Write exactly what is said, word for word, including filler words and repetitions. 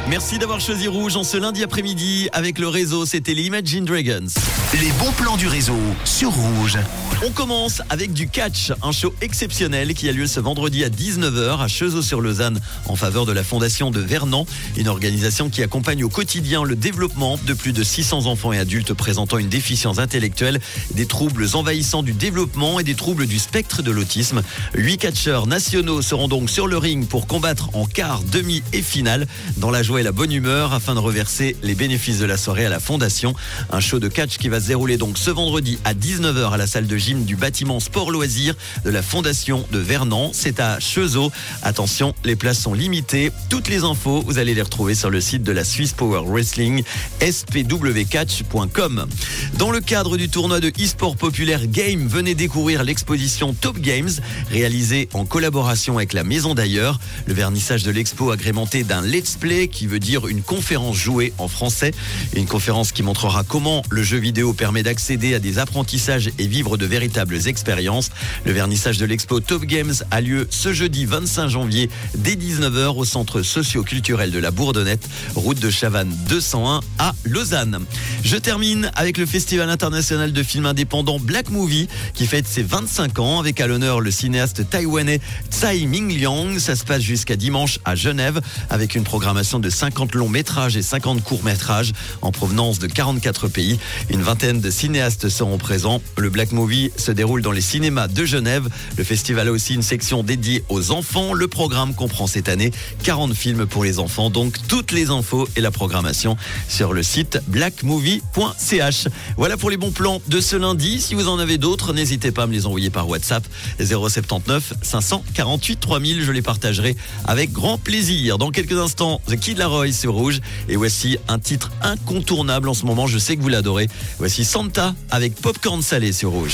Merci d'avoir choisi Rouge en ce lundi après-midi. Avec le réseau, c'était les Imagine Dragons. Les bons plans du réseau sur Rouge. On commence avec du catch, un show exceptionnel qui a lieu ce vendredi à dix-neuf heures à Cheseaux-sur-Lausanne en faveur de la Fondation de Vernon, une organisation qui accompagne au quotidien le développement de plus de six cents enfants et adultes présentant une déficience intellectuelle, des troubles envahissants du développement et des troubles du spectre de l'autisme. Huit catcheurs nationaux seront donc sur le ring pour combattre en quart, demi et finale dans la joie et la bonne humeur afin de reverser les bénéfices de la soirée à la Fondation. Un show de catch qui va se dérouler donc ce vendredi à dix-neuf heures à la salle de gym du bâtiment sport loisirs de la Fondation de Vernon. C'est à Cheseaux. Attention, les places sont limitées. Toutes les infos, vous allez les retrouver sur le site de la Swiss Power Wrestling, s p w catch point com. Dans le cadre du tournoi de e-sport populaire Game, venez découvrir l'exposition Top Games, réalisée en collaboration avec la Maison d'Ailleurs. Le vernissage de l'expo agrémenté d'un let's play, qui veut dire une conférence jouée en français. Une conférence qui montrera comment le jeu vidéo permet d'accéder à des apprentissages et vivre de véritables expériences. Le vernissage de l'expo Top Games a lieu ce jeudi vingt-cinq janvier dès dix-neuf heures au centre socio-culturel de la Bourdonnette, route de Chavannes deux cent un à Lausanne. Je termine avec le Festival international de films indépendants Black Movie qui fête ses vingt-cinq ans avec à l'honneur le cinéaste taïwanais Tsai Ming-liang. Ça se passe jusqu'à dimanche à Genève avec une programmation de cinquante longs métrages et cinquante courts métrages en provenance de quarante-quatre pays. Une vingtaine de cinéastes seront présents. Le Black Movie se déroule dans les cinémas de Genève. Le festival a aussi une section dédiée aux enfants. Le programme comprend cette année quarante films pour les enfants. Donc toutes les infos et la programmation sur le site black movie point c h. Voilà pour les bons plans de ce lundi. Si vous en avez d'autres, n'hésitez pas à me les envoyer par WhatsApp zéro sept neuf cinq cent quarante-huit trois mille. Je les partagerai avec grand plaisir. Dans quelques instants, The Kid Laroi sur Rouge. Et voici un titre incontournable en ce moment. Je sais que vous l'adorez. Voici Santa avec Popcorn Salé sur Rouge.